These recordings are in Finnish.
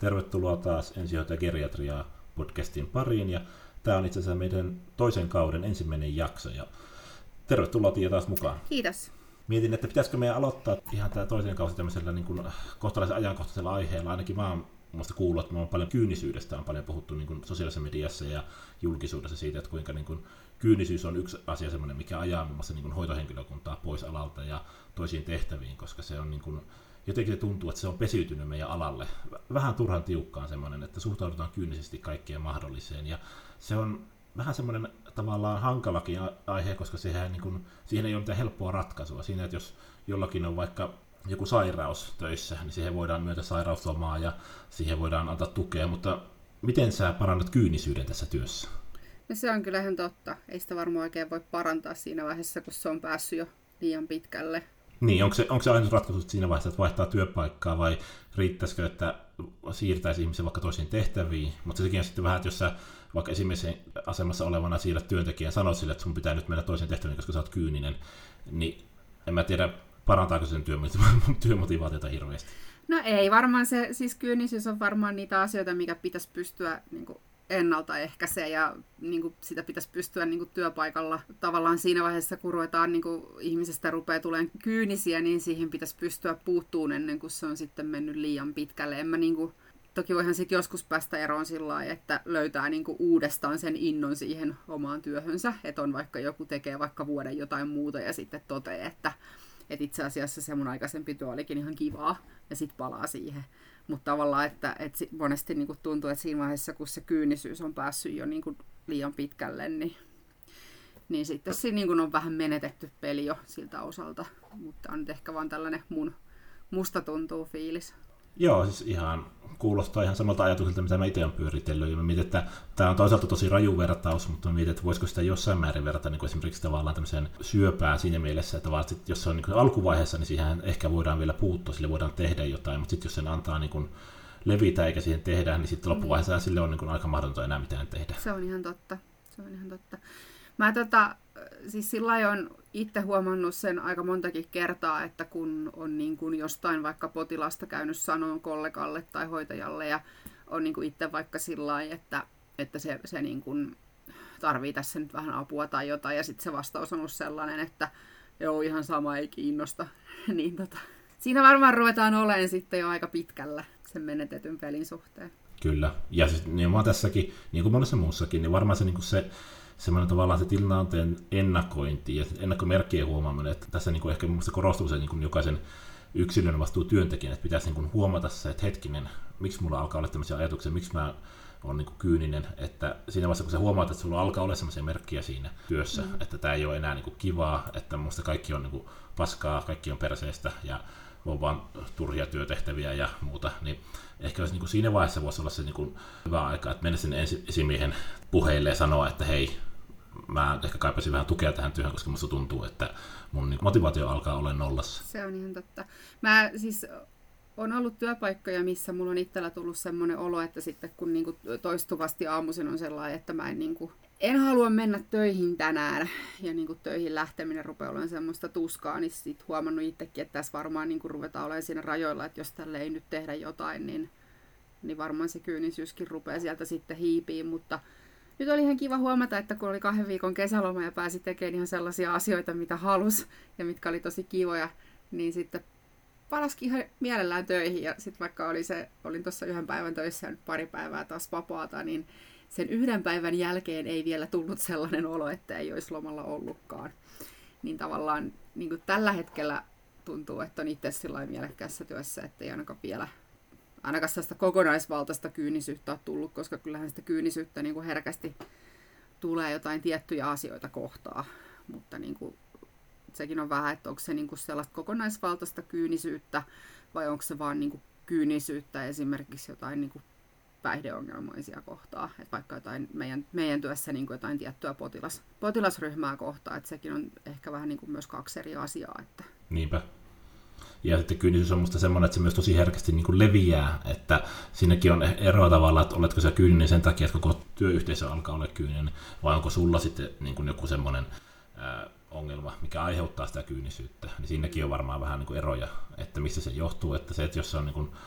Tervetuloa taas Ensihoito ja geriatriaa podcastin pariin, ja tämä on itse asiassa meidän toisen kauden ensimmäinen jakso, ja tervetuloa Tiia taas mukaan. Kiitos. Mietin, että pitäisikö meidän aloittaa ihan tämä toisen kausi tämmöisellä niin kuin kohtalaisen ajankohtaisella aiheella. Ainakin mä oon muista kuullut, että me on paljon kyynisyydestä on paljon puhuttu niin kuin sosiaalisessa mediassa ja julkisuudessa siitä, että kuinka niin kuin kyynisyys on yksi asia semmoinen, mikä ajaa muun muassa niin kuin hoitohenkilökuntaa pois alalta ja toisiin tehtäviin, koska se on niin kuin, jotenkin se tuntuu, että se on pesiytynyt meidän alalle. Vähän turhan tiukkaan semmoinen, että suhtaudutaan kyynisesti kaikkeen mahdolliseen, ja se on vähän semmoinen tavallaan hankalakin aihe, koska siihen ei ole mitään helppoa ratkaisua. Siinä, että jos jollakin on vaikka joku sairaus töissä, niin siihen voidaan myöntää sairauslomaa ja siihen voidaan antaa tukea, mutta miten sä parannat kyynisyyden tässä työssä? No se on kyllä ihan totta. Ei sitä varmaan oikein voi parantaa siinä vaiheessa, kun se on päässyt jo liian pitkälle. Niin, onko se ainut ratkaisu siinä vaiheessa, että vaihtaa työpaikkaa, vai riittäisikö, että siirtäisi ihmisen vaikka toisiin tehtäviin? Mutta sekin on sitten vähän, että jos sä vaikka esimerkiksi asemassa olevana siirrät työntekijän sanot sille, että sun pitää nyt mennä toiseen tehtäviin, koska sä oot kyyninen, niin en mä tiedä, parantaako sen työmotivaatiota hirveästi. No ei, varmaan se, siis kyynisyys on varmaan niitä asioita, mikä pitäisi pystyä niin kuin ennaltaehkäisee ja niin kuin sitä pitäisi pystyä niin kuin työpaikalla tavallaan siinä vaiheessa, kun ruvetaan niin kuin ihmisestä rupeaa tulemaan kyynisiä, niin siihen pitäisi pystyä puuttumaan ennen kuin se on sitten mennyt liian pitkälle. En mä niin kuin, toki voihan sitten joskus päästä eroon sillä lailla, että löytää niin kuin uudestaan sen innon siihen omaan työhönsä, että on vaikka joku tekee vaikka vuoden jotain muuta ja sitten toteaa, että itse asiassa se mun aikaisempi työ olikin ihan kivaa ja sitten palaa siihen. Mutta tavallaan, että monesti niin tuntuu, että siinä vaiheessa, kun se kyynisyys on päässyt jo niin liian pitkälle, niin sitten siinä niin on vähän menetetty peli jo siltä osalta. Mutta on nyt ehkä vaan tällainen musta tuntuu fiilis. Joo, siis ihan kuulostaa ihan samalta ajatukselta, mitä mä itse olen pyöritellyt. Ja mä mietin, että tämä on toisaalta tosi raju vertaus, mutta mä mietin, että voisiko sitä jossain määrin verrata niin kuin esimerkiksi tavallaan tämmöiseen syöpään siinä mielessä, että vaan sit, jos se on niin kuin alkuvaiheessa, niin siihen ehkä voidaan vielä puuttua, sille voidaan tehdä jotain, mutta sitten jos sen antaa niin kuin levitä eikä siihen tehdä, niin sitten loppuvaiheessa sille on niin kuin aika mahdotonta enää mitään tehdä. Se on ihan totta. Mä siis sillä lailla on itse huomannut sen aika montakin kertaa, että kun on niin kuin jostain vaikka potilasta käynyt sanoa kollegalle tai hoitajalle ja on niin kuin itse vaikka sillä lailla, että se niin kuin tarvii tässä nyt vähän apua tai jotain ja sitten se vastaus on ollut sellainen, että joo ihan sama ei kiinnosta, niin siinä varmaan ruvetaan olemaan sitten jo aika pitkällä sen menetetyn pelin suhteen. Kyllä, ja siis nimenomaan tässäkin, niin kuin monessa muussakin, niin varmaan se, niin kuin semmoinen tavallaan se tilanteen ennakointi ja ennakkomerkkien huomaaminen, että tässä niin kuin ehkä minusta korostuu se niin kuin jokaisen yksilön vastuu työntekijän, että pitäisi niin kuin huomata se, että hetkinen, miksi mulla alkaa olla tämmöisiä ajatuksia, miksi mä olen niin kuin kyyninen, että siinä vaiheessa kun sä huomaat, että sulla alkaa olla semmoisia merkkiä siinä työssä, että tämä ei ole enää niin kuin kivaa, että minusta kaikki on niin kuin paskaa, kaikki on perseestä ja on vaan turhia työtehtäviä ja muuta, niin ehkä olisi, niin kuin siinä vaiheessa voisi olla se niin kuin hyvä aika, että mennä sinne esimiehen puheille ja sanoa, että hei, mä ehkä kaipasin vähän tukea tähän työhön, koska musta tuntuu, että mun niin motivaatio alkaa olla nollassa. Se on ihan totta. Mä siis on ollut työpaikkoja, missä mulla on itsellä tullut semmoinen olo, että sitten kun niin kuin toistuvasti aamuisin on sellainen, että mä en halua mennä töihin tänään ja niin kuin töihin lähteminen rupeaa olemaan semmoista tuskaa, niin sitten huomannut itsekin, että tässä varmaan niin kuin ruvetaan olemaan siinä rajoilla, että jos tälle ei nyt tehdä jotain, niin varmaan se kyynisyyskin rupeaa sieltä sitten hiipiin, mutta nyt oli ihan kiva huomata, että kun oli 2 viikon kesäloma ja pääsi tekemään ihan sellaisia asioita, mitä halusi ja mitkä oli tosi kivoja, niin sitten palasikin ihan mielellään töihin ja sitten vaikka olin tuossa 1 päivän töissä ja nyt 2 päivää taas vapaata, niin sen 1 päivän jälkeen ei vielä tullut sellainen olo, että ei olisi lomalla ollutkaan. Niin tavallaan niin kuin tällä hetkellä tuntuu, että on itse sillain mielekkäässä työssä, että ei ainakaan sellaista kokonaisvaltaista kyynisyyttä ole tullut, koska kyllähän sitä kyynisyyttä niin kuin herkästi tulee jotain tiettyjä asioita kohtaa. Mutta niin kuin, sekin on vähän, että onko se niin kuin sellaista kokonaisvaltaista kyynisyyttä vai onko se vaan niin kuin kyynisyyttä esimerkiksi jotain niin kuin päihdeongelmaisia kohtaa, että vaikka jotain meidän työssä niin kuin jotain tiettyä potilasryhmää kohtaa, että sekin on ehkä vähän niin kuin myös 2 eri asiaa. Että. Niinpä. Ja sitten kyynisyys on musta semmoinen, että se myös tosi herkästi niin kuin leviää, että siinäkin on eroa tavallaan, että oletko sä kyyninen sen takia, että koko työyhteisö alkaa olla kyyninen, vai onko sulla sitten niin kuin joku semmoinen ongelma, mikä aiheuttaa sitä kyynisyyttä, niin siinäkin on varmaan vähän niin kuin eroja, että mistä se johtuu, että se, että jos se on niin kuin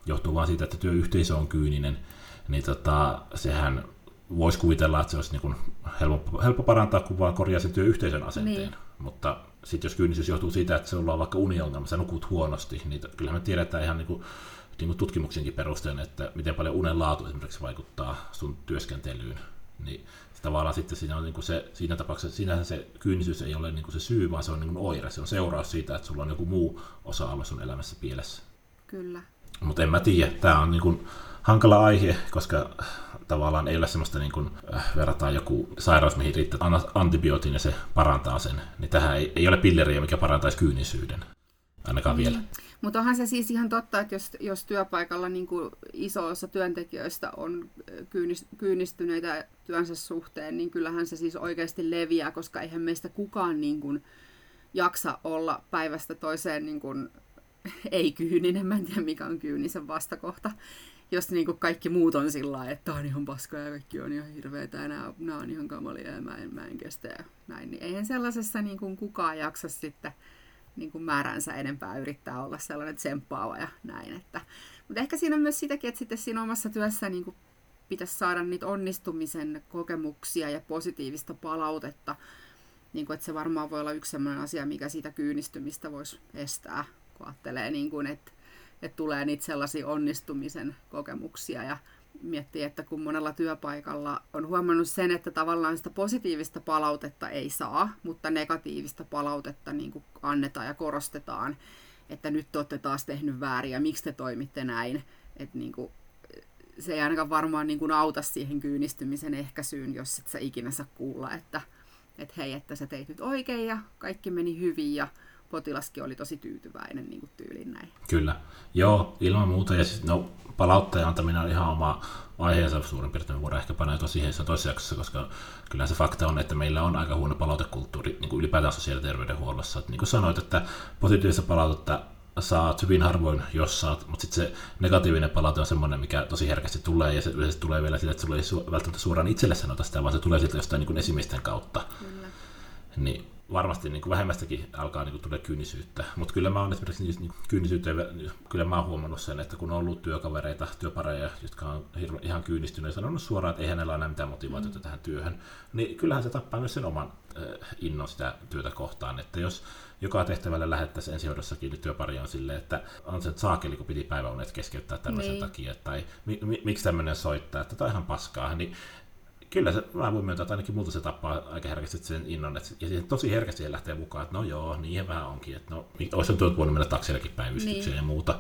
johtuu vaan siitä, että työyhteisö on kyyninen, niin sehän voisi kuvitella, että se olisi niin kuin helppo parantaa, kun vaan korjaa sen työyhteisön asenteen. Niin. Mutta sitten jos kyynisyys johtuu siitä, että se on vaikka uniongelma, sä nukut huonosti, niin kyllähän me tiedetään ihan niin kuin tutkimuksenkin perusteella, että miten paljon unen laatu esimerkiksi vaikuttaa sun työskentelyyn. Niin tavallaan sitten siinä on niin kuin siinä tapauksessa sinänsä se kyynisyys ei ole niin kuin se syy, vaan se on niin kuin oire. Se on seuraus siitä, että sulla on joku muu osa-alue sun elämässä pielessä. Kyllä. Mutta en mä tiedä. Tämä on niin kuin hankala aihe, koska tavallaan ei ole semmoista niin kuin verrataan joku sairaus, mihin riittää antibiootin ja se parantaa sen. Niin tähän ei ole pilleriä, mikä parantaisi kyynisyyden. Ainakaan vielä. Mutta onhan se siis ihan totta, että jos työpaikalla niin kuin iso osa työntekijöistä on kyynistyneitä työnsä suhteen, niin kyllähän se siis oikeasti leviää, koska eihän meistä kukaan niin kuin jaksa olla päivästä toiseen niin kuin ei-kyyninen. Mä en tiedä, mikä on kyynisen vastakohta. Jos niin kuin kaikki muut on sillä lailla, että tämä on ihan paskaa ja kaikki on ihan hirveätä ja nämä on ihan kamalia ja mä en kestä ja näin. Niin eihän sellaisessa niin kuin kukaan jaksa sitten niin kuin määränsä enempää yrittää olla sellainen tsemppaava ja näin. Mutta ehkä siinä on myös sitäkin, että sitten siinä omassa työssä niin kuin pitäisi saada niitä onnistumisen kokemuksia ja positiivista palautetta. Niin kuin, että se varmaan voi olla yksi sellainen asia, mikä siitä kyynistymistä voisi estää, kun ajattelee, niin kuin, että tulee niitä sellaisia onnistumisen kokemuksia ja miettii, että kun monella työpaikalla on huomannut sen, että tavallaan sitä positiivista palautetta ei saa, mutta negatiivista palautetta niin kuin annetaan ja korostetaan, että nyt te olette taas tehnyt väärin ja miksi te toimitte näin. Että niin kuin, se ei ainakaan varmaan niin kuin auta siihen kyynistymisen ehkäisyyn, jos et sä ikinä saa kuulla, että hei, että sä teit nyt oikein ja kaikki meni hyvin ja potilaskin oli tosi tyytyväinen niin kuin tyylin näin. Kyllä. Joo, ilman muuta. Ja siis, palautteen antaminen on ihan oma aiheensa suurin piirtein. Me voidaan ehkä paneutua siihen toisessa jaksossa, koska kyllä se fakta on, että meillä on aika huono palautekulttuuri niin kuin ylipäätään sosiaali- ja terveydenhuollossa. Että niin kuin sanoit, että positiivista palautetta saat hyvin harvoin, jos saat, mutta sitten se negatiivinen palaute on semmoinen, mikä tosi herkästi tulee, ja se yleensä tulee vielä sille, että sulla ei välttämättä suoraan itselle sanota sitä, vaan se tulee sieltä jostain niin kuin esimiesten kautta. Kyllä. Niin varmasti niin kuin vähemmästäkin alkaa niin tulla kyynisyyttä, mutta kyllä mä oon esimerkiksi niin kyynisyyteen, kyllä mä oon huomannut sen, että kun on ollut työkavereita, työpareja, jotka on ihan kyynistyneet ja sanonut suoraan, että ei hänellä ole enää mitään motivaatiota tähän työhön, niin kyllähän se tappaa myös sen oman innon sitä työtä kohtaan, että jos joka tehtävälle lähettäisiin ensihoidossakin, niin työpari on silleen, että on se saakeli, kun piti päiväunet keskeyttää tämmöisen takia, tai miksi tämmöinen soittaa, että tämä on ihan paskaa, niin kyllä se, mä voin myöntää, että ainakin multa se tappaa aika herkästi sen innon, ja siihen tosi herkästi siihen lähtee mukaan, että no joo, niin vähän onkin, että no, olisi on tuot voinut mennä taksillakin päivystykseen ja muuta.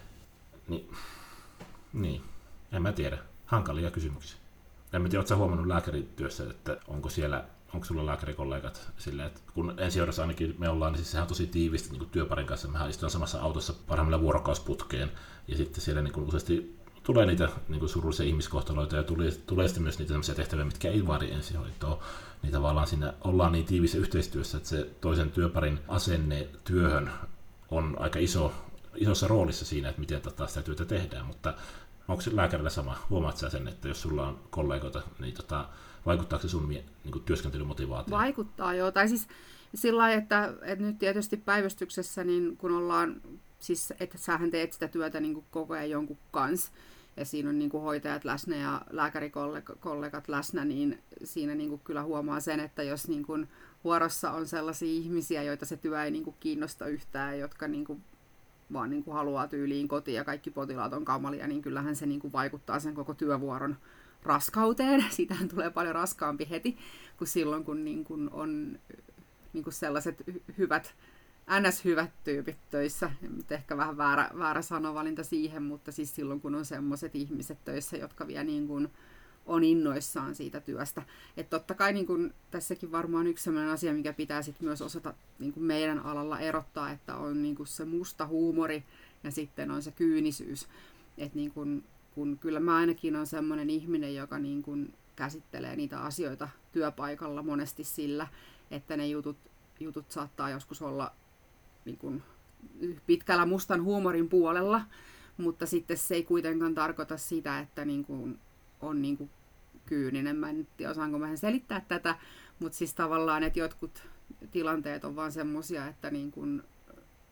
Niin, en mä tiedä. Hankalia kysymyksiä. En mä tiedä, ootko sä huomannut lääkärityössä, että onko sulla lääkärikollegat silleen, että kun ensihoidossa ainakin me ollaan, niin siis sehän on tosi tiivisti niin kuin työparin kanssa, mehän istutaan samassa autossa parhaimmillaan vuorokausputkeen, ja sitten siellä niin kuin useasti tulee niitä niin kuin surullisia ihmiskohtaloita ja tulee sitten myös niitä sellaisia tehtäviä, mitkä ei vaadi ensihoitoa. Niin tavallaan siinä ollaan niin tiivissä yhteistyössä, että se toisen työparin asenne työhön on aika isossa roolissa siinä, että miten sitä työtä tehdään. Mutta onko se lääkärillä sama? Huomaat sä sen, että jos sulla on kollegoita, niin vaikuttaako se sun niin kuin työskentelymotivaatioon? Vaikuttaa joo. Tai siis sillä lailla, että nyt tietysti päivystyksessä, niin kun ollaan, siis että sähän teet sitä työtä niin kuin koko ajan jonkun kanssa, ja siinä on niin kuin hoitajat läsnä ja lääkärikollegat läsnä, niin siinä niin kuin kyllä huomaa sen, että jos niin kuin vuorossa on sellaisia ihmisiä, joita se työ ei niin kuin kiinnosta yhtään, jotka niin kuin vaan niin kuin haluaa tyyliin kotiin ja kaikki potilaat on kamalia, niin kyllähän se niin kuin vaikuttaa sen koko työvuoron raskauteen. Siitähän tulee paljon raskaampi heti kuin silloin, kun niin kuin on niin kuin sellaiset hyvät tyypit töissä. Ehkä vähän väärä sanavalinta siihen, mutta siis silloin, kun on semmoiset ihmiset töissä, jotka vielä niin kuin on innoissaan siitä työstä. Että totta kai niin kuin tässäkin varmaan yksi sellainen asia, mikä pitää sit myös osata niin kuin meidän alalla erottaa, että on niin kuin se musta huumori ja sitten on se kyynisyys. Että niin kuin, kun kyllä mä ainakin on semmoinen ihminen, joka niin kuin käsittelee niitä asioita työpaikalla monesti sillä, että ne jutut saattaa joskus olla niin kuin pitkällä mustan huumorin puolella, mutta sitten se ei kuitenkaan tarkoita sitä, että niin kuin on niin kuin kyyninen. Mä en tiedä, osaanko mä selittää tätä, mutta siis tavallaan, että jotkut tilanteet on vaan semmosia, että niin kuin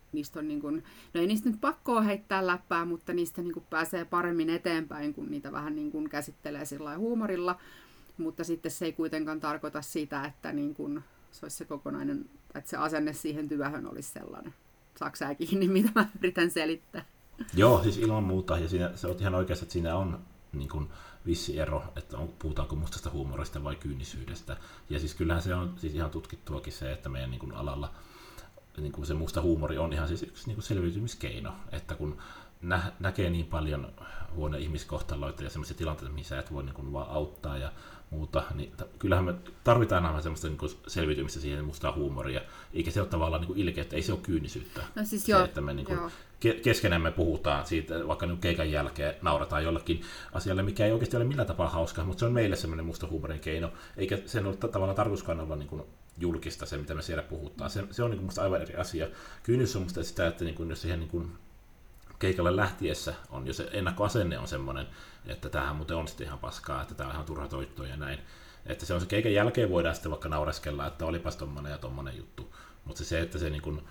niistä on niin kuin, no ei niistä nyt pakkoa heittää läppää, mutta niistä niin kuin pääsee paremmin eteenpäin, kun niitä vähän niin kuin käsittelee sillä huumorilla. Mutta sitten se ei kuitenkaan tarkoita sitä, että niin kuin se olisi se kokonainen, että se asenne siihen työhön olisi sellainen. Saatko sä kiinni, mitä mä yritän selittää? Joo, siis ilman muuta. Ja siinä, se on ihan oikeassa, että siinä on niin kuin vissi ero, että puhutaanko mustasta huumorista vai kyynisyydestä. Ja siis kyllähän se on siis ihan tutkittuakin se, että meidän niin kuin alalla niin kuin se musta huumori on ihan siis yksi niin kuin selviytymiskeino. Että kun näkee niin paljon huono ihmiskohtaloita ja sellaisia tilanteita, mihin sä et voi niin kuin vaan auttaa ja muuta, niin kyllähän me tarvitaan aina semmoista niin kuin selviytymistä siihen mustaan huumoria, eikä se ole tavallaan niin kuin ilkeä, että ei se ole kyynisyyttä. No siis se, että me niin kuin keskenämme puhutaan siitä, vaikka nyt keikan jälkeen naurataan jollekin asialle, mikä ei oikeasti ole millään tapaa hauskaa, mutta se on meille semmoinen musta huumorin keino, eikä sen ole tavallaan tarkoituskaan olla niin kuin julkista se, mitä me siellä puhutaan. Se on niin kuin musta aivan eri asia. Kyynys on musta sitä, että niin kuin, jos siihen niin kuin keikalle lähtiessä on, jos se ennakkoasenne on semmoinen, että tämähän muuten on sitten ihan paskaa, että tämä on ihan turha toitto ja näin. Että se on se keikan jälkeen voidaan sitten vaikka naureskella, että olipas tommonen ja tommonen juttu. Mutta se, että se niin kuin,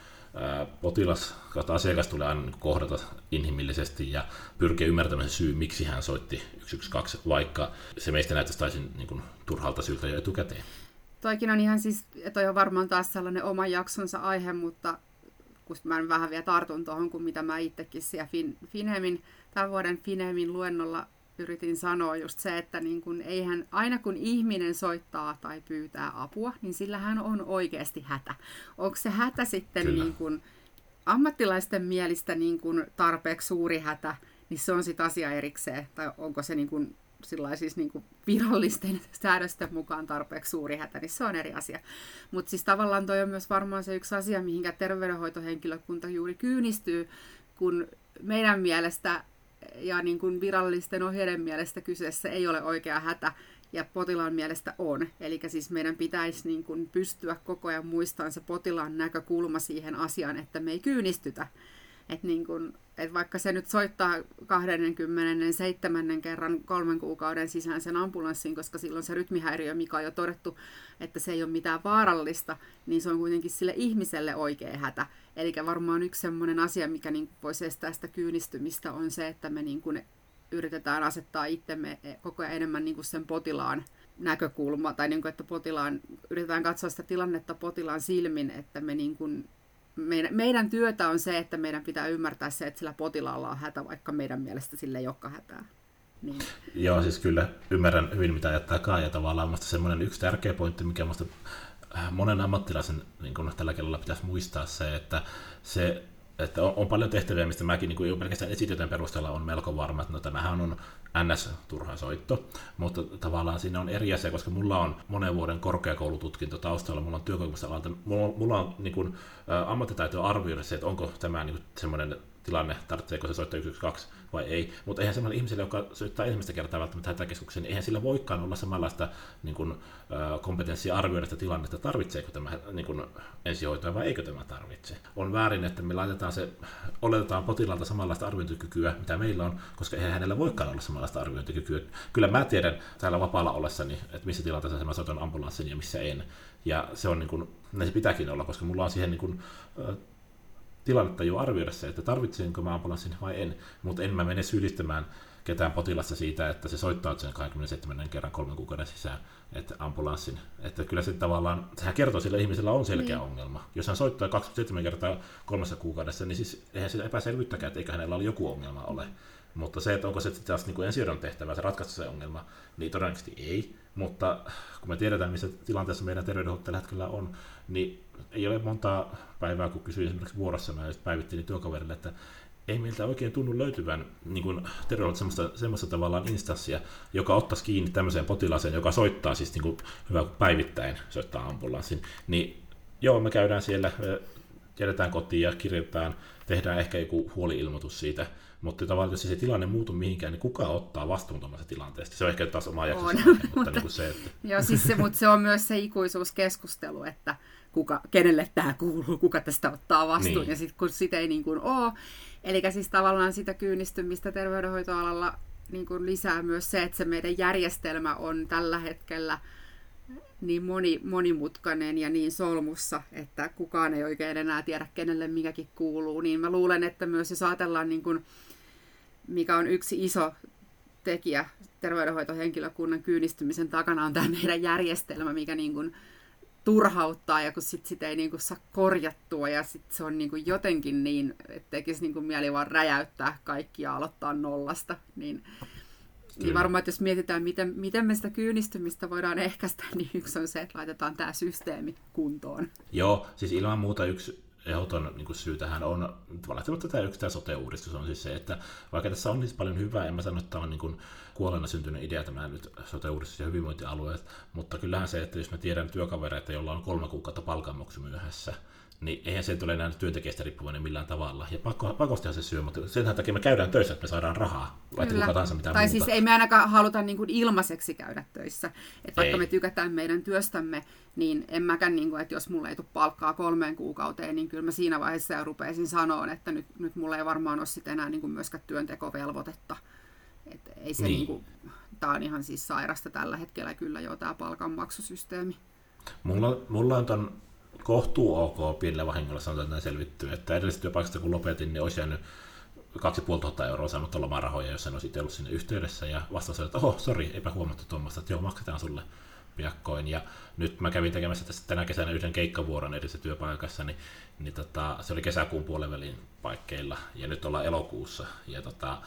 potilas kautta asiakas tulee aina niin kuin kohdata inhimillisesti ja pyrkiä ymmärtämään se syy, miksi hän soitti 112, vaikka se meistä näyttäisi täysin niin kuin turhalta syltä jo etukäteen. Toikin on ihan siis, toi on varmaan taas sellainen oman jaksonsa aihe, mutta kun mä vähän vielä tartun tuohon, kuin mitä mä itsekin siellä tämän vuoden Finemin luennolla yritin sanoa just se, että niin kun eihän, aina kun ihminen soittaa tai pyytää apua, niin sillähän on oikeasti hätä. Onko se hätä sitten niin kun ammattilaisten mielestä niin kun tarpeeksi suuri hätä, niin se on sitten asia erikseen, tai onko se niin kun siis niin kuin virallisten säädösten mukaan tarpeeksi suuri hätä, niin se on eri asia. Mutta siis tavallaan toi on myös varmaan se yksi asia, mihinkä terveydenhoitohenkilökunta juuri kyynistyy, kun meidän mielestä ja niin kuin virallisten ohjeiden mielestä kyseessä ei ole oikea hätä, ja potilaan mielestä on. Eli siis meidän pitäisi niin kuin pystyä koko ajan muistamaan se potilaan näkökulma siihen asiaan, että me ei kyynistytä. Että niin et vaikka se nyt soittaa 27. kerran 3 kuukauden sisään sen ambulanssin, koska silloin se rytmihäiriö, mikä on jo todettu, että se ei ole mitään vaarallista, niin se on kuitenkin sille ihmiselle oikea hätä. Eli varmaan yksi sellainen asia, mikä niin voisi estää sitä kyynistymistä, on se, että me niin yritetään asettaa itsemme koko ajan enemmän niin sen potilaan näkökulma, tai niin kuin, että yritetään katsoa sitä tilannetta potilaan silmin, että me niin kuin meidän työtä on se, että meidän pitää ymmärtää se, että sillä potilaalla on hätä, vaikka meidän mielestä sille ei olekaan hätää. Niin. Joo, siis kyllä ymmärrän hyvin, mitä ajattaa ja tavallaan minusta semmoinen yksi tärkeä pointti, mikä minusta monen ammattilaisen niin kun tällä kellolla pitäisi muistaa se, että on paljon tehtäviä, mistä mäkin niin kuin pelkästään esityön perusteella on melko varma, että no, tämähän on NS-turha soitto, mutta tavallaan siinä on eri asia, koska mulla on monen vuoden korkeakoulututkinto taustalla, mulla on työkokemusta alalta, mulla on niin kuin, ammattitaitoa arvioida se, että onko tämä niin kuin, semmoinen tilanne, tarvitseeko se soittaa 112 vai ei, mutta eihän semmoinen ihmiselle, joka soittaa ensimmäistä kertaa välttämättä hätäkeskukseen, niin eihän sillä voikaan olla samanlaista niin kuin, kompetenssia arvioida sitä tilannetta, tarvitseeko tämä niin kuin, ensihoitoa vai eikö tämä tarvitse. On väärin, että me oletetaan potilaalta samanlaista arviointikykyä, mitä meillä on, koska eihän hänellä voikaan olla samanlaista arviointikykyä. Kyllä mä tiedän täällä vapaalla ollessani, että missä tilanteessa mä soitan ambulanssin ja missä en. Ja se on niin kuin, näin se pitääkin olla, koska mulla on siihen niin kuin, tilannetta jo arvioida se, että tarvitsenko mä ambulanssin vai en, mutta en mä mene syyllistämään ketään potilasta siitä, että se soittaa sen 27. kerran 3 kuukauden sisään, että ambulanssin. Että kyllä se tavallaan, sehän kertoo sillä ihmisellä on selkeä ongelma. Jos hän soittaa 27 kertaa 3 kuukaudessa, niin siis eihän sitä epäselvyyttäkään, että eikö hänellä ole joku ongelma ole. Mutta se, että onko se taas niin kuin ensihoidon tehtävä se ratkaista se ongelma, niin todennäköisesti ei. Mutta kun me tiedetään, missä tilanteessa meidän terveydenhuolto tällä hetkellä on, niin ei ole montaa päivää, kun kysyin esimerkiksi vuorossa, mä päivittelin työkaverille, että ei meiltä oikein tunnu löytyvän niin terveydenhuolto semmoista tavallaan instanssia, joka ottaisi kiinni tämmöiseen potilaaseen, joka soittaa siis niin kuin, hyvä päivittäin soittaa ambulanssin. Niin joo, me käydään siellä, jätetään kotiin ja kirjoitetaan, tehdään ehkä joku huoli-ilmoitus siitä, mutta tavallaan jos se tilanne muutu mihinkään, niin kuka ottaa vastuun tuollaisesta tilanteesta? Se on ehkä taas oma jaksossa, mutta niin kuin se, että... Joo, siis mutta se on myös se ikuisuuskeskustelu, että kenelle tämä kuuluu, kuka tästä ottaa vastuun, niin. Ja sitten kun sitä ei niin kuin ole, eli siis tavallaan sitä kyynistymistä terveydenhoitoalalla niin kuin lisää myös se, että se meidän järjestelmä on tällä hetkellä niin monimutkainen ja niin solmussa, että kukaan ei oikein enää tiedä, kenelle mikäkin kuuluu. Niin mä luulen, että myös jos ajatellaan, niin kuin, mikä on yksi iso tekijä terveydenhoitohenkilökunnan kyynistymisen takana, on tämä meidän järjestelmä, mikä niin kuin turhauttaa, ja kun sitä ei niin kuin saa korjattua, ja sit se on niin kuin jotenkin niin, että tekisi niin kuin mieli vaan räjäyttää kaikki ja aloittaa nollasta, niin varmaan, että jos mietitään, miten me sitä kyynistymistä voidaan ehkäistä, niin yksi on se, että laitetaan tämä systeemi kuntoon. Joo, siis ilman muuta yksi ehdoton niin syy tähän on, valitettavasti tämä sote-uudistus on siis se, että vaikka tässä on siis paljon hyvää, en mä sano, että tämä on niin kuolleena syntynyt idea tämä nyt sote-uudistus ja hyvinvointialueet, mutta kyllähän se, että jos mä tiedän työkavereita, joilla on 3 kuukautta palkanmaksu myöhässä, niin eihän se tule enää työntekijästä riippuvainen millään tavalla. Ja pakostihan se syö, mutta sen takia me käydään töissä, että me saadaan rahaa. Kuka tahansa mitään tai muuta. Siis ei me ainakaan haluta niin kuin ilmaiseksi käydä töissä. Että vaikka me tykätään meidän työstämme, niin en mäkään, niin kuin, että jos mulla ei tule palkkaa 3 kuukauteen, niin kyllä mä siinä vaiheessa jo rupeaisin sanoa, että nyt mulla ei varmaan ole sit enää niin kuin myöskään työntekovelvoitetta. Että ei se niin kuin, tää on ihan siis sairasta tällä hetkellä kyllä jo tämä palkanmaksusysteemi. Mulla on ton kohtuu ok pienellä vahingolla sanotaan, että näin selvittyy, että edellisestä työpaikasta kun lopetin, niin olisi jäänyt 2500 € saanut lomarahoja, jos en olisi itse ollut sinne yhteydessä, ja vastaus oli, että sori, eipä huomattu tuommoista, että joo, maksetaan sulle piakkoin, ja nyt mä kävin tekemässä tässä tänä kesänä yhden keikkavuoron edellisessä työpaikassa, niin se oli kesäkuun puolenvälin paikkeilla, ja nyt ollaan elokuussa, ja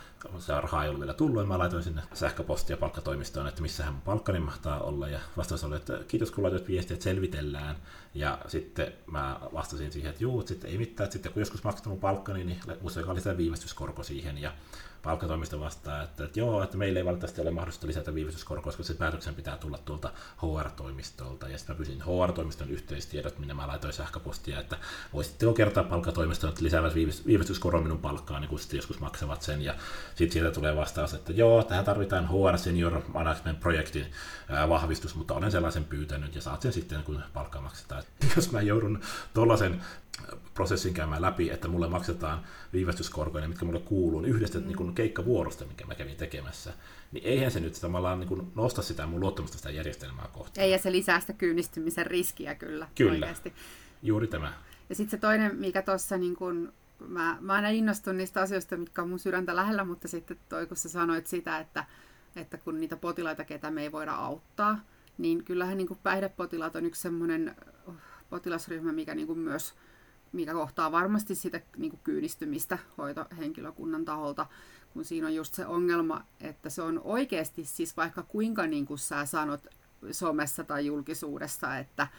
se raha ei ollut vielä tullut, ja mä laitoin sinne sähköpostia palkkatoimistoon, että missähän mun palkkani mahtaa olla, ja vastaus oli, että kiitos kun laitoit viestiä, että selvitellään, ja sitten mä vastasin siihen, että juu, sitten ei mitään, että sitten kun joskus maksetaan mun palkkani, niin musta oli sitä viivästyskorko siihen, ja palkkatoimisto vastaa, että joo, että meillä ei valitettavasti ole mahdollista lisätä viivästyskorkoa, koska se päätöksen pitää tulla tuolta HR-toimistolta. Ja sitten mä pyysin HR-toimiston yhteistiedot, minne mä laitoin sähköpostia, että voisitteko kertoa palkkatoimistoon, että lisäävät viivästyskorkoa minun palkkaani, kun sitten joskus maksavat sen. Ja sitten sieltä tulee vastaus, että joo, tähän tarvitaan HR Senior Management-projektin vahvistus, mutta olen sellaisen pyytänyt ja saat sen sitten, kun palkkaa maksetaan. Jos mä joudun tuollaisen prosessin käymään läpi, että mulle maksetaan viivästyskorkoja, mitkä mulle kuuluu, niin yhdestä niin keikkavuorosta, minkä mä kävin tekemässä, niin eihän se nyt tavallaan niin nosta sitä mun luottamusta sitä järjestelmää kohtaan. Ei, ja se lisää sitä kyynistymisen riskiä kyllä. Oikeasti. Juuri tämä. Ja sitten se toinen, mikä tuossa, niin kun, mä aina innostun niistä asioista, mitkä on mun sydäntä lähellä, mutta sitten kun sä sanoit sitä, että kun niitä potilaita, ketä me ei voida auttaa, niin kyllähän niin päihdepotilaat on yksi semmoinen potilasryhmä, mikä niin myös mikä kohtaa varmasti sitä niin kyynistymistä hoitohenkilökunnan taholta, kun siinä on just se ongelma, että se on oikeasti siis vaikka kuinka niin kuin sä sanot somessa tai julkisuudessa,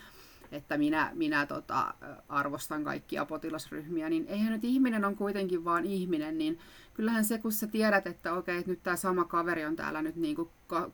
että minä arvostan kaikkia potilasryhmiä, niin eihän nyt ihminen on kuitenkin vaan ihminen, niin kyllähän se, kun sä tiedät, että okei, että nyt tämä sama kaveri on täällä nyt niin kuin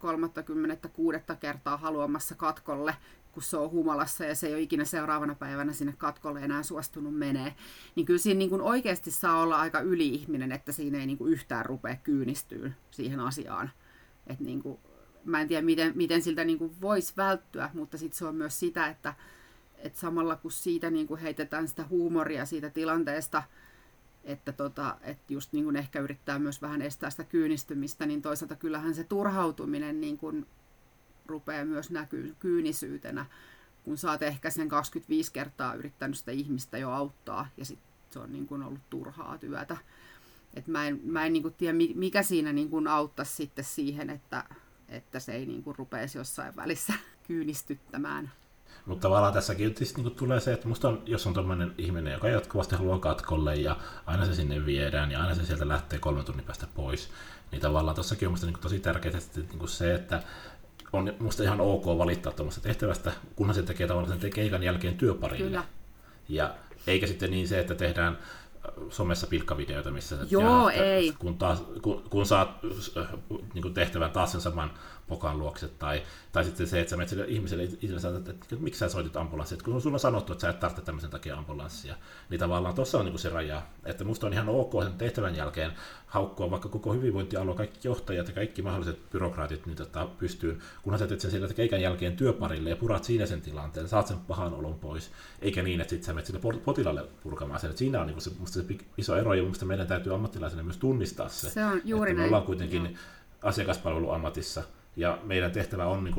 36. kertaa haluamassa katkolle, kun se on humalassa ja se ei ole ikinä seuraavana päivänä sinne katkolle enää suostunut menee, niin kyllä siinä niin kuin oikeasti saa olla aika yli-ihminen, että siinä ei niin kuin yhtään rupea kyynistyyn siihen asiaan. Että niin kuin, mä en tiedä, miten siltä niin kuin voisi välttyä, mutta sitten se on myös sitä, että samalla kun siitä niin kuin heitetään sitä huumoria siitä tilanteesta, että just niin kuin ehkä yrittää myös vähän estää sitä kyynistymistä, niin toisaalta kyllähän se turhautuminen niin kuin rupeaa myös näkyy kyynisyytenä, kun sä oot ehkä sen 25 kertaa yrittänyt sitä ihmistä jo auttaa, ja sitten se on niin kuin ollut turhaa työtä. Et mä en niin kuin tiedä, mikä siinä niin kuin auttaisi sitten siihen, että se ei niin kuin rupeisi jossain välissä kyynistyttämään. Mutta tavallaan tässäkin niin tulee se, että musta jos on tommoinen ihminen, joka jatkuvasti haluaa katkolle ja aina se sinne viedään ja aina se sieltä lähtee 3 tunnin päästä pois, niin tavallaan tossakin on musta niin tosi tärkeää niin se, että on musta ihan ok valittaa tuommoista tehtävästä, kunhan se tekee tavallaan sen keikan jälkeen työparille. Kyllä. Ja eikä sitten niin se, että tehdään somessa pilkkavideoita, missä ei. Kun saat niin tehtävän taas sen saman pokan luokse, tai sitten se, että sä menet sille ihmiselle itselle sanot, että miksi sä soitit ambulanssia, että kun sulla on sanottu, että sä et tarvitse tämmöisen takia ambulanssia, niin tavallaan tuossa on niin se raja, että musta on ihan ok sen tehtävän jälkeen haukkua vaikka koko hyvinvointialue, kaikki johtajat ja kaikki mahdolliset byrokraatit niin pystyyn, kunhan sä teet sen sieltä keikan jälkeen työparille ja purat siinä sen tilanteen, saat sen pahan olon pois, eikä niin, että sitten sä menet sille potilaalle purkamaan sen. Että siinä on niin se iso ero, ja minusta meidän täytyy ammattilaisena myös tunnistaa se. Se on juuri näin. Me ollaan kuitenkin asiakaspalveluammatissa, ja meidän tehtävä on niin kuin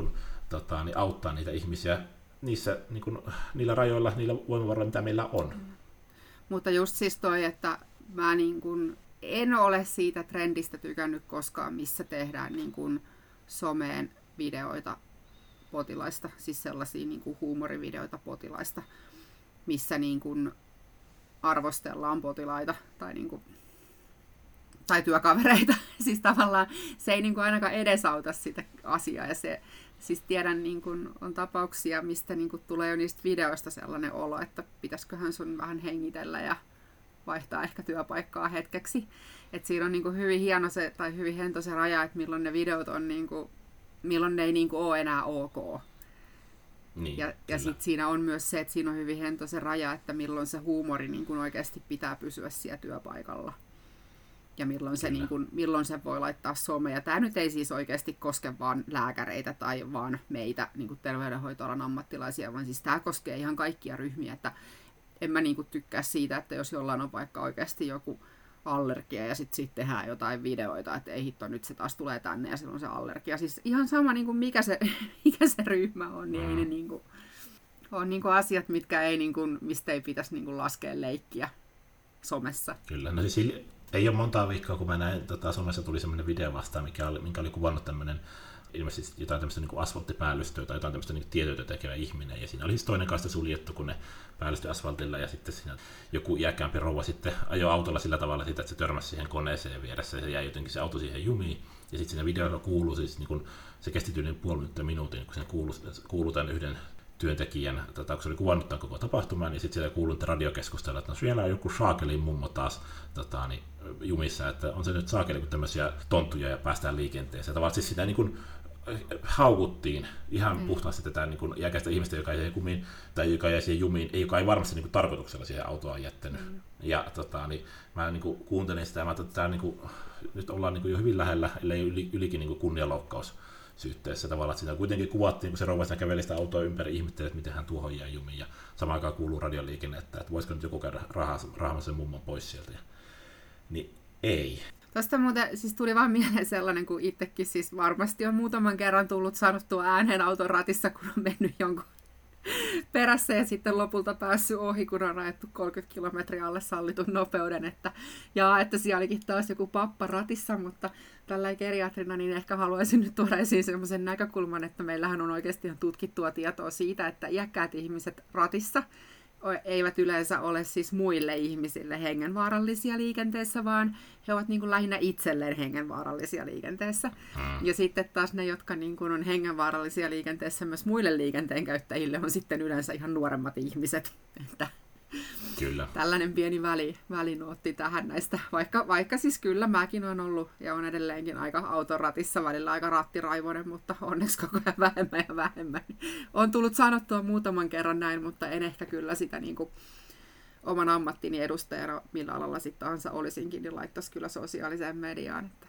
niin auttaa niitä ihmisiä niissä, niin kuin, niillä rajoilla, niillä voimavaroilla, mitä meillä on. Mutta just siis toi, että mä niin kuin en ole siitä trendistä tykännyt koskaan, missä tehdään niin kuin someen videoita potilaista, siis sellaisia niin kuin huumorivideoita potilaista, missä niin kuin arvostellaan potilaita tai, niin kuin, tai työkavereita. Siis tavallaan se ei niin kuin ainakaan edesauta sitä asiaa. Ja se, siis tiedän, niin kuin on tapauksia, mistä niin kuin tulee jo niistä videoista sellainen olo, että pitäisiköhän sun vähän hengitellä ja vaihtaa ehkä työpaikkaa hetkeksi. Et siinä on niin kuin hyvin hieno se, tai hyvin hento se raja, että milloin ne videot on, niin kuin, milloin ne ei niin kuin ole enää ok. Niin, ja sitten siinä on myös se, että siinä on hyvin hento se raja, että milloin se huumori niin kuin oikeasti pitää pysyä siellä työpaikalla. Ja milloin se voi laittaa someen. Ja tämä nyt ei siis oikeasti koske vaan lääkäreitä tai vaan meitä niin kuin terveydenhoitoalan ammattilaisia, vaan siis tämä koskee ihan kaikkia ryhmiä. Että en mä niin kuin tykkää siitä, että jos jollain on vaikka oikeasti joku allergia ja sitten tehdään jotain videoita, että ei hitto, nyt se taas tulee tänne ja silloin se allergia. Siis ihan sama niin kuin mikä se ryhmä on, niin ei ne niin kuin, on niin kuin asiat, mitkä ei, niin kuin, mistä ei pitäisi niin kuin laskea leikkiä somessa. Kyllä, no siis ei ole montaa viikkoa, kun mä näin, somessa tuli semmoinen video vastaan, minkä oli kuvannut tämmöinen ilmeisesti jotain tämmöistä niin asfalttipäällystyä tai jotain tämmöistä niin tietöitä tekevä ihminen. Ja siinä oli siis toinen kaista suljettu, kun ne päällystyi asfaltilla, ja sitten siinä joku iäkkäämpi rouva sitten ajoi autolla sillä tavalla, että se törmäsi siihen koneeseen vieressä, ja se jäi jotenkin se auto siihen jumiin. Ja sitten siinä videolla kuuluu, siis niin kun se kesti tyyliin puoli minuutin, kun siinä kuuluu tämän yhden työntekijän, kun se oli kuvannut tämän koko tapahtuman, niin sitten siellä kuului radiokeskustella, että no siellä on joku Saakelin mummo taas jumissa, että on se nyt Saakeli kuin tämmöisiä tonttuja ja päästään liikenteeseen. Tavallaan siis sitä niin kuin haukuttiin ihan puhtaasti tätä niin kuin iäkäistä ihmistä, joka jäi jumiin, tai joka jäi siihen jumiin, joka ei varmasti niin kuin tarkoituksella siihen autoon jättänyt. Ja niin, mä niin kuin kuuntelin sitä, ja mä ajattelin, että niin kuin, nyt ollaan niin kuin jo hyvin lähellä, ellei ylikin niin kuin kunnianloukkaus syytteessä tavallaan, että sitä kuitenkin kuvattiin, kun se rouva käveli sitä autoa ympäri, ihmetteli, että miten hän tuohon jäi jumiin, ja samaan aikaan kuuluu radioliikennettä, että voisiko nyt joku käydä rahaamassa sen mummon pois sieltä. Niin ei. Tuosta muuten siis tuli vaan mieleen sellainen, kun itsekin siis varmasti on muutaman kerran tullut sanottua ääneen auton ratissa, kun on mennyt jonkun perässä ja sitten lopulta päässyt ohi, kun on ajettu 30 kilometriä alle sallitun nopeuden, että siellä olikin taas joku pappa ratissa, mutta tällä geriatrina niin ehkä haluaisin nyt tuoda esiin sellaisen näkökulman, että meillähän on oikeasti ihan tutkittua tietoa siitä, että iäkkäät ihmiset ratissa eivät yleensä ole siis muille ihmisille hengenvaarallisia liikenteessä, vaan he ovat niin kuin lähinnä itselleen hengenvaarallisia liikenteessä. Ja sitten taas ne, jotka niin kuin on hengenvaarallisia liikenteessä myös muille liikenteen käyttäjille, on sitten yleensä ihan nuoremmat ihmiset. Että kyllä. Tällainen pieni välinootti tähän näistä, vaikka siis kyllä mäkin olen ollut ja on edelleenkin aika auton ratissa välillä aika rattiraivoinen, mutta onneksi koko ajan vähemmän ja vähemmän. On tullut sanottua muutaman kerran näin, mutta en ehkä kyllä sitä niin kuin oman ammattini edustajana, millä alalla sitten tahansa olisinkin, niin laittaisi kyllä sosiaaliseen mediaan. Että.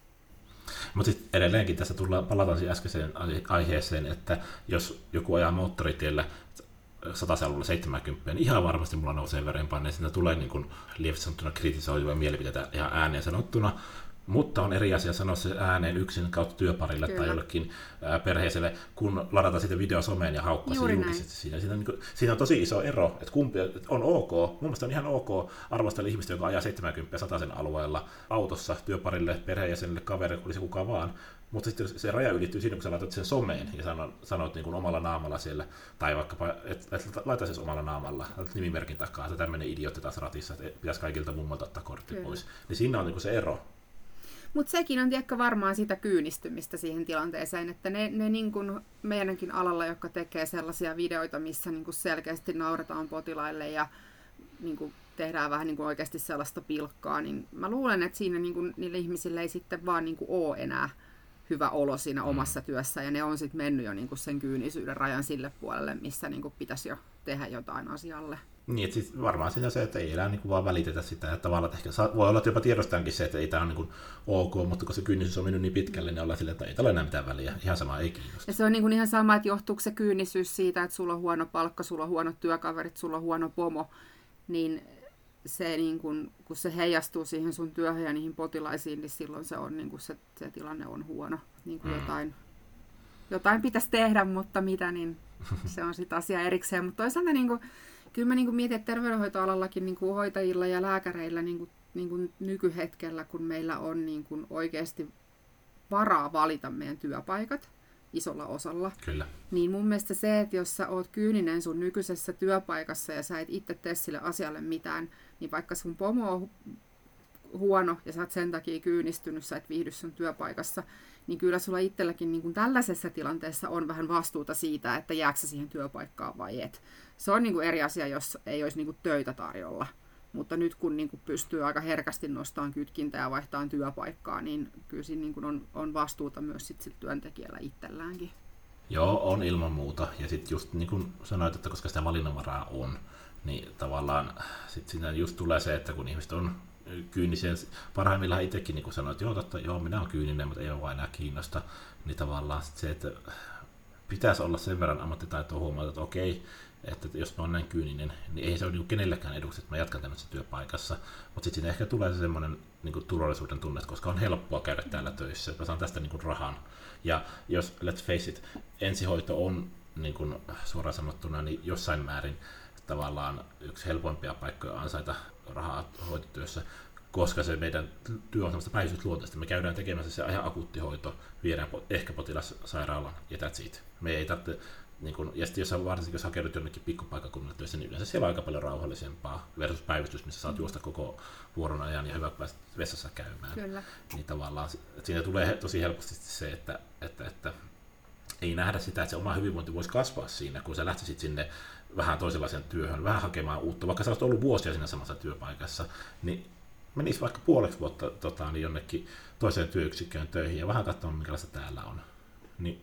Mutta sitten edelleenkin tässä palataan siihen äskeiseen aiheeseen, että jos joku ajaa moottoritiellä 100-luvulla 70, niin ihan varmasti mulla nousee verenpaine, ja siinä tulee niin kuin lievästi sanottuna kritisoivia mielipiteitä ihan ääneen sanottuna, mutta on eri asia sanoa se ääneen yksin kautta työparille tai jollekin perheiselle, kun ladata sitten video someen ja haukkua se julkisesti siinä. Siinä on tosi iso ero, että kumpi on ok. Mun mielestä on ihan ok arvostella ihmistä, joka ajaa 70-100 alueella autossa työparille, perheenjäsenelle, kaverille, olisi kukaan vaan. Mutta sitten se raja ylittyy siinä, kun sä laitat sen someen ja sanot niin kuin omalla naamalla siellä, tai vaikkapa, että laita sen omalla naamalla, nimimerkin takaa, että tämmöinen idiootti taas ratissa, että pitäisi kaikilta mummolta ottaa kortti pois. Niin siinä on niin kuin se ero. Mutta sekin on tiedäkö varmaan sitä kyynistymistä siihen tilanteeseen, että ne niin kuin meidänkin alalla, jotka tekee sellaisia videoita, missä niin kuin selkeästi nauretaan potilaille ja niin kuin tehdään vähän niin kuin oikeasti sellaista pilkkaa, niin mä luulen, että siinä niin kuin niille ihmisille ei sitten vaan niin kuin ole enää hyvä olo siinä omassa työssä, ja ne on sitten mennyt jo niin kuin sen kyynisyyden rajan sille puolelle, missä niin kuin pitäisi jo tehdä jotain asialle. Niin, että siis varmaan siinä se, että ei enää niin kuin vaan välitetä sitä, että tavallaan että ehkä voi olla, että jopa tiedostaankin se, että ei tämä ole niin kuin ok, mutta kun se kyynisyys on mennyt niin pitkälle, niin ollaan silleen, että ei tällä enää mitään väliä. Ihan sama, ei kiinnosta. Ja se on niin kuin ihan sama, että johtuuko se kyynisyys siitä, että sulla on huono palkka, sulla on huonot työkaverit, sulla on huono pomo, niin se, niin kun se heijastuu siihen sun työhön ja niihin potilaisiin, niin silloin se, on, niin se tilanne on huono. Niin kuin jotain pitäisi tehdä, mutta mitä, niin se on sitten asia erikseen. Mutta toisaalta niin kuin, kyllä mä niin kuin mietin, että terveydenhoitoalallakin niin kuin hoitajilla ja lääkäreillä niin kuin nykyhetkellä, kun meillä on niin kuin oikeasti varaa valita meidän työpaikat isolla osalla. Kyllä. Niin mun mielestä se, että jos sä oot kyyninen sun nykyisessä työpaikassa ja sä et itse tee sille asialle mitään, niin vaikka sun pomo on huono ja sä oot sen takia kyynistynyt, sä et viihdy sun työpaikassa, niin kyllä sulla itselläkin niin kuin tällaisessa tilanteessa on vähän vastuuta siitä, että jääkö sä siihen työpaikkaan vai et. Se on niin kuin eri asia, jos ei olisi niin kuin töitä tarjolla. Mutta nyt kun niin kuin pystyy aika herkästi nostamaan kytkintä ja vaihtamaan työpaikkaa, niin kyllä siinä niin kuin on vastuuta myös sit työntekijällä itselläänkin. Joo, on ilman muuta. Ja sitten just niin kuin sanoit, että koska sitä valinnanvaraa on, niin tavallaan sitten siinä just tulee se, että kun ihmiset on kyynisiä, parhaimmillaan itsekin niin kuin sanoit, että totta, minä olen kyyninen, mutta ei ole enää kiinnosta, niin tavallaan sit se, että pitäisi olla sen verran ammattitaitoa huomata, että okei, että jos mä oon näin kyyninen, niin ei se ole niin kenellekään eduksi, että mä jatkan tämmöisessä työpaikassa. Mutta sitten siinä ehkä tulee se semmoinen niin turvallisuuden tunne, koska on helppoa käydä täällä töissä, että mä saan tästä niin rahan. Ja jos, let's face it, ensihoito on niin kuin suoraan sanottuna niin jossain määrin tavallaan yksi helpoimpia paikkoja ansaita rahaa hoitotyössä, koska se meidän työ on semmoista päivystysluonteista. Me käydään tekemässä se ihan akuutti hoito, viedään ehkä potilas sairaalaan ja that's it. Me ei tarvitse, niin kun, ja sitten varsinkin jos hakeudut jonnekin pikkupaikkakunnalle töissä, niin yleensä siellä on aika paljon rauhallisempaa versus päivystys, missä saat juosta koko vuoron ajan ja hyvä päästä vessassa käymään. Kyllä. Niin tavallaan siinä tulee tosi helposti se, että ei nähdä sitä, että se oma hyvinvointi voisi kasvaa siinä, kun sä lähtisit sinne vähän toisenlaiseen työhön, vähän hakemaan uutta, vaikka sä olisit ollut vuosia siinä samassa työpaikassa, niin menisi vaikka puoleksi vuotta niin jonnekin toiseen työyksikköön töihin ja vähän katsomaan, minkälaista täällä on. Niin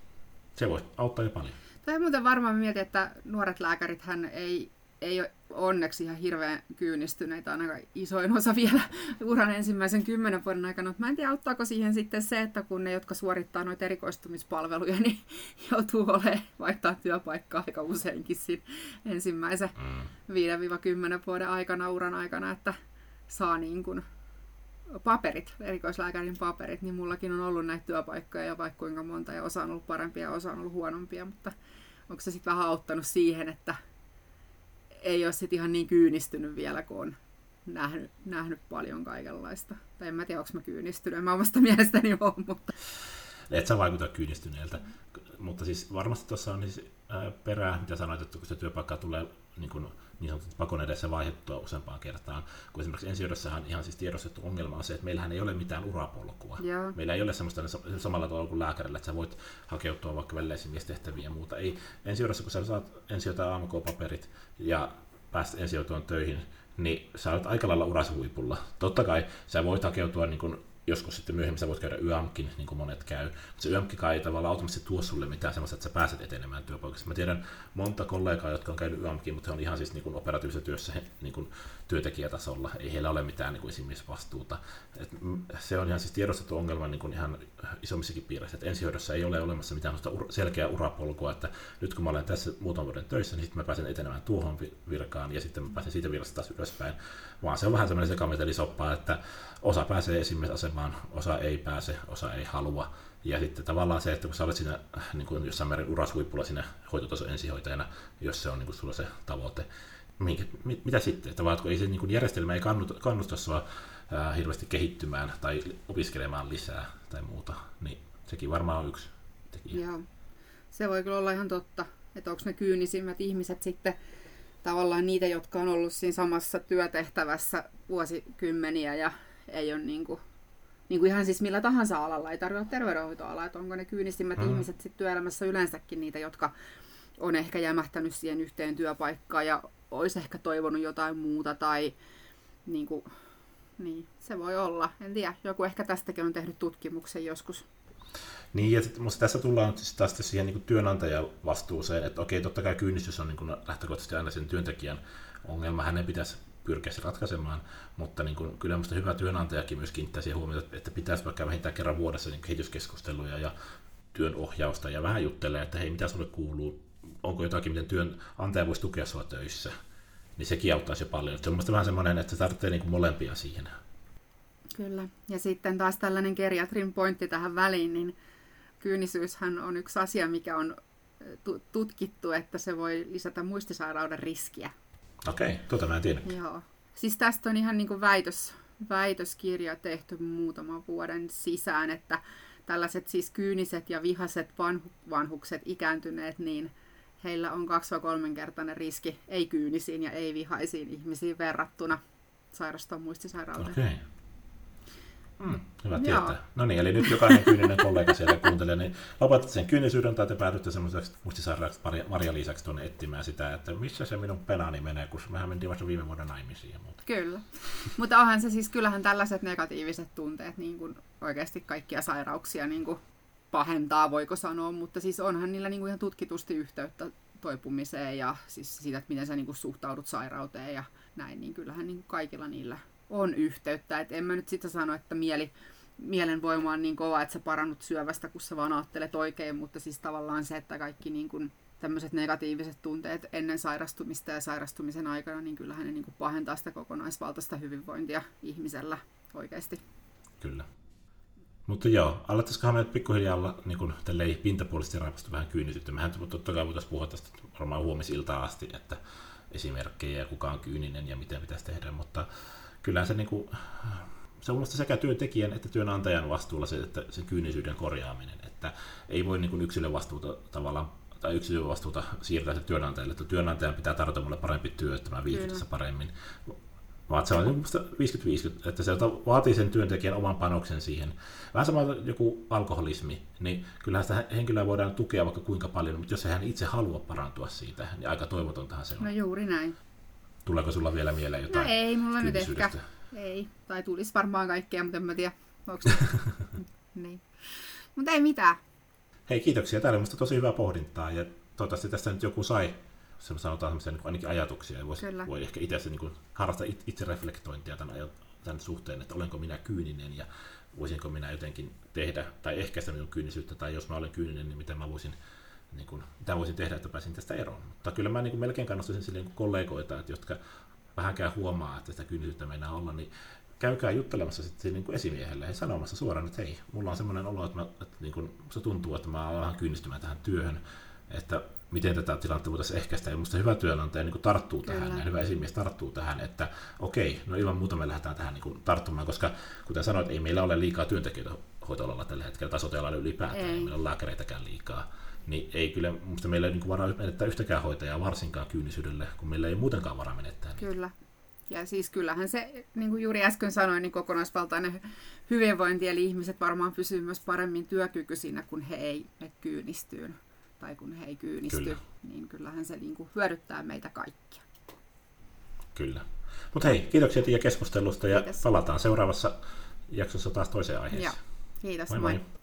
se voisi auttaa jo paljon. Tai muuten varmaan mietin, että nuoret lääkärithän ei ole onneksi ihan hirveän kyynistyneitä, on aika isoin osa vielä uran ensimmäisen 10 vuoden aikana. Mä en tiedä, auttaako siihen sitten se, että kun ne, jotka suorittaa noita erikoistumispalveluja, niin joutuu olemaan vaihtaa työpaikkaa aika useinkin siinä ensimmäisen 5-10 vuoden aikana, uran aikana, että saa niin kuin paperit, erikoislääkärin paperit, niin mullakin on ollut näitä työpaikkoja ja vaikka kuinka monta, ja osa on ollut parempia ja osa on ollut huonompia, mutta onko se sitten vähän auttanut siihen, että ei ole sitten ihan niin kyynistynyt vielä, kun on nähnyt paljon kaikenlaista. Tai en mä tiedä, onko mä kyynistynyt, en mä omasta mielestäni ole, mutta... Et sä vaikuta kyynistyneeltä, mutta siis varmasti tuossa on siis perää, mitä sanoit, että kun se työpaikka tulee niin sanotusti pakon edessä vaihdettua useampaan kertaan, kun esimerkiksi ensihoidossahan ihan siis tiedostettu ongelma on se, että meillähän ei ole mitään urapolkua. Joo. Meillä ei ole semmoista samalla tavalla kuin lääkärillä, että sä voit hakeutua vaikka väliesimies-tehtäviä ja muuta. Ei ensihoidossa, kun sä saat ensihoitajan AMK-paperit ja päästä ensihoitoon töihin, niin sä olet aika lailla urasi huipulla. Totta kai sä voit hakeutua niin kuin joskus sitten myöhemmin sä voit käydä YAMKin, niin kuin monet käy. Mutta se YAMKikaan ei tavallaan automaattisesti tuo sulle mitään sellaista, että sä pääset etenemään työpaikassa. Mä tiedän monta kollegaa, jotka on käynyt YAMKin, mutta he on ihan siis niin kuin operatiivisessa työssä niin kuin työntekijätasolla. Ei heillä ole mitään niin kuin esimiesvastuuta. Se on ihan siis tiedostettu ongelma niin kuin ihan isommissakin piireissä. Ensihoidossa ei ole olemassa mitään selkeää urapolkua, että nyt kun mä olen tässä muutaman vuoden töissä, niin sitten mä pääsen etenemään tuohon virkaan ja sitten mä pääsen siitä virasta taas ylöspäin. Vaan se on vähän semmoinen sekametelisoppa, että osa pääsee esimiesasemaan, osa ei pääse, osa ei halua. Ja sitten tavallaan se, että kun sä olet siinä niin kuin jossain määrin urashuippulla siinä hoitotason ensihoitajana, jos se on niin kuin sulla se tavoite, mitä sitten? Tavallaan, ei se niin kuin järjestelmä ei kannusta sua hirveästi kehittymään tai opiskelemaan lisää tai muuta, niin sekin varmaan on yksi tekijä. Joo, se voi kyllä olla ihan totta, että onko ne kyynisimmät ihmiset sitten tavallaan niitä, jotka on ollut siinä samassa työtehtävässä vuosikymmeniä ja ei ole niin kuin ihan siis millä tahansa alalla, ei tarvitse olla terveydenhoitoala, että onko ne kyynisimmät ihmiset sitten työelämässä yleensäkin niitä, jotka on ehkä jämähtänyt siihen yhteen työpaikkaan ja olisi ehkä toivonut jotain muuta tai niin, se voi olla. En tiedä, joku ehkä tästäkin on tehnyt tutkimuksen joskus. Niin, ja musta tässä tullaan siis taas siihen niin työnantajan vastuuseen, että okei, totta kai kyynistys on niin lähtökohtaisesti aina sen työntekijän ongelma, hänen pitäisi pyrkiä se ratkaisemaan, mutta niin kuin, kyllä minusta hyvä työnantajakin myös kiinnittää siihen huomiota, että pitäisi vaikka vähintään kerran vuodessa niin kehityskeskusteluja ja työnohjausta ja vähän juttelee, että hei, mitä sulle kuuluu, onko jotakin, miten työnantaja voisi tukea sinua töissä, niin sekin auttaisi jo paljon. Se on mielestäni vähän semmoinen, että se tarvitsee niin kuin molempia siihen. Kyllä, ja sitten taas tällainen geriatrin pointti tähän väliin, niin kyynisyyshän on yksi asia, mikä on tutkittu, että se voi lisätä muistisairauden riskiä. Okei, tuota mä en tiedä. Joo. Siis tästä on ihan niin kuin väitöskirja tehty muutaman vuoden sisään, että tällaiset siis kyyniset ja vihaset vanhukset, ikääntyneet, niin heillä on 2-3-kertainen riski ei-kyynisiin ja ei-vihaisiin ihmisiin verrattuna sairastua muistisairauteen. Okei. Hyvä tietää. No niin, eli nyt jokainen kyyninen kollega siellä kuuntelee, niin lopetat sen kyynisyyden tai te päädytte semmoiseksi muistisairaaksi Marja-Liisaksi tuonne etsimään sitä, että missä se minun penani menee, kun mehän mentiin vasta viime vuonna naimisiin ja muuta. Kyllä. Mutta onhan se siis, kyllähän tällaiset negatiiviset tunteet niin kuin oikeasti kaikkia sairauksia niin kuin pahentaa, voiko sanoa, mutta siis onhan niillä niin kuin ihan tutkitusti yhteyttä toipumiseen ja siis siitä, että miten sä niin kuin suhtaudut sairauteen ja näin, niin kyllähän niin kuin kaikilla niillä on yhteyttä. Et en mä nyt sitä sano, että mielen voima on niin kova, että sä parannut syövästä, kun sä vaan ajattelet oikein, mutta siis tavallaan se, että kaikki niin kuin tämmöiset negatiiviset tunteet ennen sairastumista ja sairastumisen aikana, niin kyllähän ne niin kuin pahentaa sitä kokonaisvaltaista hyvinvointia ihmisellä oikeasti. Kyllä. Mutta joo, alettaisikohan me nyt pikkuhiljaa olla niin tälleen pintapuolisesti raapastu vähän kyynisyyttä. Mehän totta kai voitaisiin puhua tästä varmaan huomisiltaan asti, että esimerkkejä ja kuka on kyyninen ja miten pitäisi tehdä, mutta kyllähän se, niin kuin, se on minusta sekä työntekijän että työnantajan vastuulla se, että sen kyynisyyden korjaaminen, että ei voi niin kuin yksilövastuuta tavallaan tai yksilövastuuta siirtää se työnantajalle, että työnantajan pitää tarjota mulle parempi työ, että mä viihdyn tässä paremmin. Vaan se on 50-50, että se vaatii sen työntekijän oman panoksen siihen. Vähän samalla joku alkoholismi, niin kyllähän sitä henkilöä voidaan tukea vaikka kuinka paljon, mutta jos hän itse halua parantua siitä, niin aika toivotontahan se on. No juuri näin. Tuleeko sulla vielä mieleen jotain? No ei, mulla nyt ehkä. Ei. Tai tulisi varmaan kaikkea, mutta en mä tiedä. Niin. Mutta ei mitään. Hei, kiitoksia. Tämä oli minusta tosi hyvää pohdintaa ja toivottavasti tästä nyt joku sai sanotaan niin ainakin ajatuksia ja voi ehkä itse niin harrastaa itsereflektointia tämän suhteen, että olenko minä kyyninen ja voisinko minä jotenkin tehdä tai ehkäistä minun kyynisyyttä tai jos mä olen kyyninen, niin mitä voisin tehdä, että pääsin tästä eroon. Mutta kyllä mä niin melkein kannustaisin sille kollegoita, että jotka vähänkään huomaa, että sitä kyynisyyttä meinaa olla, niin käykää juttelemassa sitten niin esimiehelle ja sanomassa suoraan, että hei, mulla on semmoinen olo, että niin kuin, se tuntuu, että mä alan kyynistymään tähän työhön, että miten tätä tilannetta voitaisiin ehkäistä. Ja minusta hyvä työnantaja niin tarttuu tähän ja hyvä esimies tarttuu tähän, että okei, no ilman muuta me lähdetään tähän niin tarttumaan, koska kuten sanoit, ei meillä ole liikaa työntekijöitä hoitoalalla tällä hetkellä tai sote-alalla ylipäätään, ei meillä ole lääkäreitäkään liikaa. Niin ei kyllä, minusta meillä ei niin varaa menettää yhtäkään hoitajaa, varsinkaan kyynisyydelle, kun meillä ei muutenkaan varaa menettää. Niin. Kyllä. Ja siis kyllähän se, niin kuin juuri äsken sanoin, niin kokonaisvaltainen hyvinvointi, eli ihmiset varmaan pysyvät myös paremmin työkykyisinä, kun he ei mene kyynistyyn tai kun he ei kyynisty, kyllä. Niin kyllähän se niin kuin hyödyttää meitä kaikkia. Kyllä. Mutta hei, kiitoksia Tiia keskustelusta ja palataan seuraavassa jaksossa taas toiseen aiheeseen. Joo. Kiitos, moi.